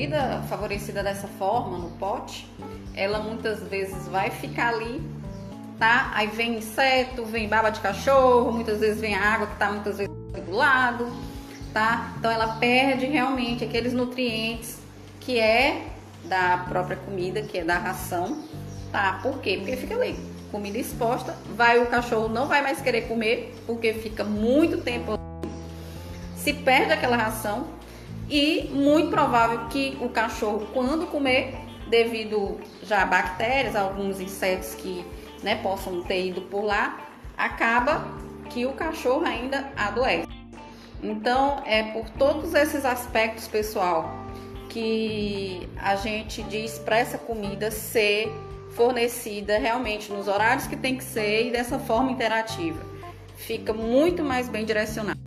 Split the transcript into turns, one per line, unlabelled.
comida favorecida dessa forma, no pote, ela muitas vezes vai ficar ali, tá? Aí vem inseto, vem baba de cachorro, muitas vezes vem água que tá muitas vezes do lado, tá? Então ela perde realmente aqueles nutrientes que é da própria comida, que é da ração, tá? Por quê? Porque fica ali, comida exposta, o cachorro não vai mais querer comer, porque fica muito tempo, se perde aquela ração e muito provável que o cachorro, quando comer, devido já a bactérias, alguns insetos que, né, possam ter ido por lá, acaba que o cachorro ainda adoece. Então, é por todos esses aspectos, pessoal, que a gente diz para essa comida ser fornecida realmente nos horários que tem que ser e dessa forma interativa. Fica muito mais bem direcionado.